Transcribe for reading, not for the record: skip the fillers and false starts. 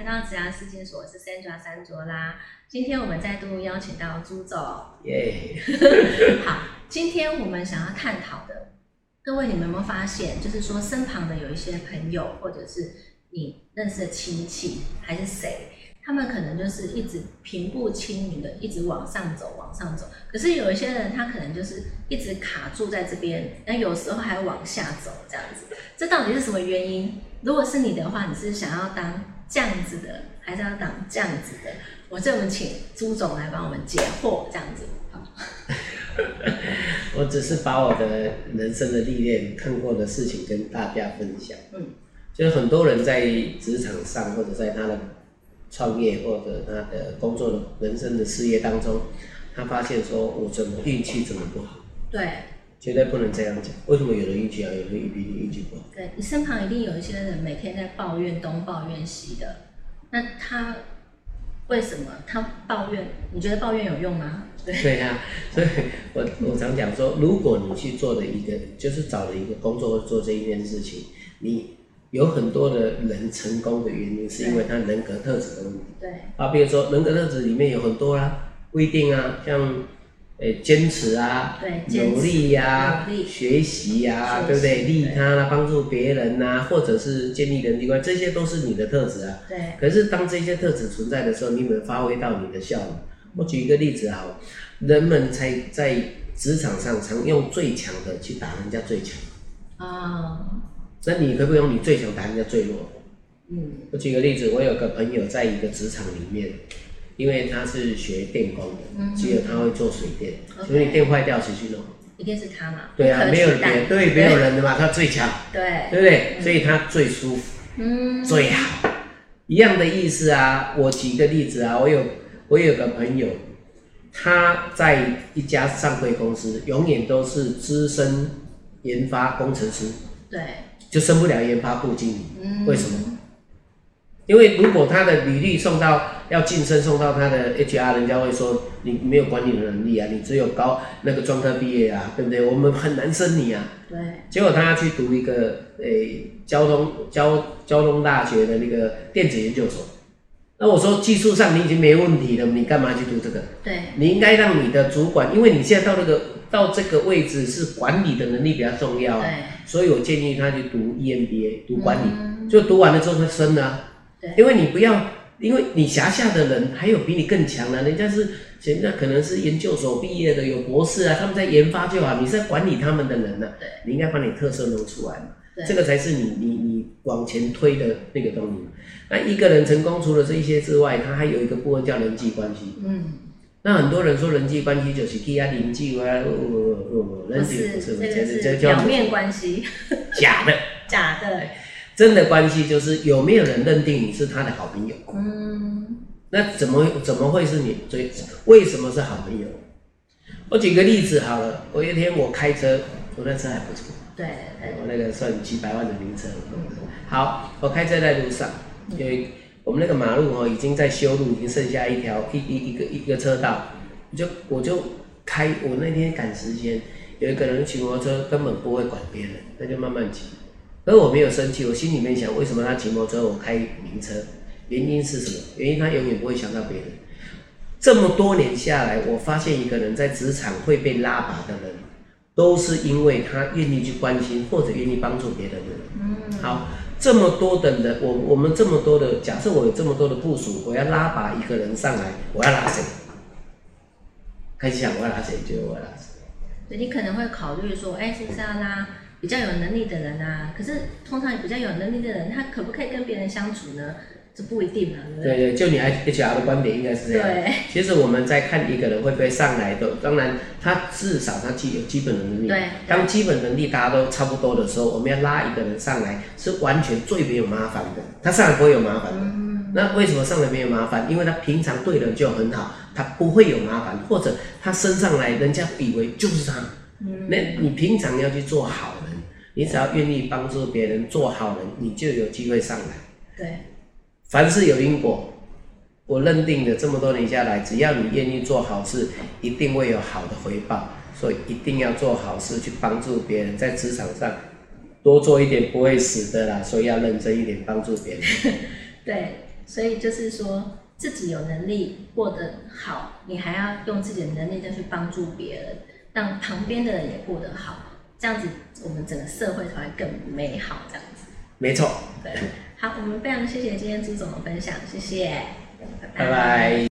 回到职涯事件所，我是山卓啦。今天我们再度邀请到朱总， 耶！ 好，今天我们想要探讨的，各位你们有没有发现，就是说身旁的有一些朋友，或者是你认识的亲戚，还是谁，他们可能就是一直平步青云的，一直往上走。可是有一些人，他可能就是一直卡住在这边，那有时候还往下走，这样子。这到底是什么原因？如果是你的话，你是想要当这样子的，还是要当这样子的？我们请朱总来帮我们解惑，这样子。好。 我只是把我的人生的历练、看过的事情跟大家分享。就是很多人在职场上，或者在他的创业或者他的工作的人生的事业当中，他发现说我怎么运气这么不好。 对。 绝对不能这样讲。为什么有人运气好，有人比你运气不好？ 对，你身旁一定有一些人每天在抱怨东抱怨西的，那他为什么他抱怨？你觉得抱怨有用吗？ 对啊，所以我常讲说，如果你去做的一个，就是找了一个工作或做这一件事情，你有很多的人成功的原因，是因为他人格特质的问题。 对啊，比如说人格特质里面有很多啦，不一定啊，像坚持啊，努力呀、学习呀、对不对？利他啦，帮助别人呐，或者是建立人际关系，这些都是你的特质啊。 对。 可是当这些特质存在的时候，你有没有发挥到你的效能？我举一个例子好，人们在职场上常用最强的去打人家最强。那你可不可以用你最强打人家最弱？我举个例子，我有个朋友在一个职场里面。因为他是学电工的，只有他会做水电，所以你电坏掉谁去弄？ 一定是他嘛？ 对啊，没有别对，没有人的嘛，他最强，对不对？所以他最舒服，最好。一样的意思啊，我举个例子啊，我有个朋友，他在一家上柜公司，永远都是资深研发工程师， 对， 就升不了研发部经理，为什么？因为如果他的履历要晋升送到他的 HR， 人家会说你没有管理的能力啊，你只有那个专科毕业啊，对不对？我们很难升你啊。 对。 结果他要去读一个交通大学的那个电子研究所。那我说技术上你已经没问题了，你干嘛去读这个？ 对。 你应该让你的主管，因为你现在到这个位置是管理的能力比较重要啊。对。所以我建议他去读 EMBA， 读管理，就读完了之后他升了啊。因为你辖下的人还有比你更强的，人家现在可能是研究所毕业的，有博士啊，他们在研发就好，你是在管理他们的人啊，你应该把你特色弄出来嘛，这个才是你往前推的那个东西。那一个人成功，除了这一些之外，他还有一个部分叫人际关系。那很多人说人际关系就是去啊邻居啊，人际不是， 这叫表面关系， 假的。真的关系就是有没有人认定你是他的好朋友。那怎么会是你为什么是好朋友？我举个例子好了，我有一天我开车，我那车还不错，对，我那个算700万的名车。好，我开车在路上，我们那个马路已经在修路，已经剩下一个车道，我就开，我那天赶时间，有一个人骑摩托车根本不会管别人，他就慢慢骑。可是我没有生气，我心里面想，为什么他骑摩托车，我开名车？原因是什么？原因他永远不会想到别人。这么多年下来，我发现一个人在职场会被拉拔的人，都是因为他愿意去关心或者愿意帮助别人的人。好，这么多的人，我们这么多的，假设我有这么多的部属，我要拉拔一个人上来，我要拉谁？开始想我要拉谁，就我要拉谁。 对，你可能会考虑说，是不是要拉比较有能力的人啊？可是通常比较有能力的人，他可不可以跟别人相处呢？这不一定嘛，对不对？ 对，就你 HR 的观点应该是这样。对。其实我们在看一个人会不会上来的，当然他至少他有基本的能力。对。当基本能力大家都差不多的时候，我们要拉一个人上来是完全最没有麻烦的，他上来不会有麻烦的。那为什么上来没有麻烦？因为他平常对人就很好，他不会有麻烦，或者他升上来，人家以为就是他。那你平常要去做好人，你只要愿意帮助别人做好人，你就有机会上来。对。凡事有因果，我认定的这么多年下来，只要你愿意做好事，一定会有好的回报。所以一定要做好事，去帮助别人，在职场上多做一点不会死的啦。所以要认真一点，帮助别人。 对， 所以就是说自己有能力过得好，你还要用自己的能力再去帮助别人，让旁边的人也过得好，这样子我们整个社会才会更美好。这样子， 没错。 对，好，我们非常谢谢今天朱总的分享，谢谢， 拜拜。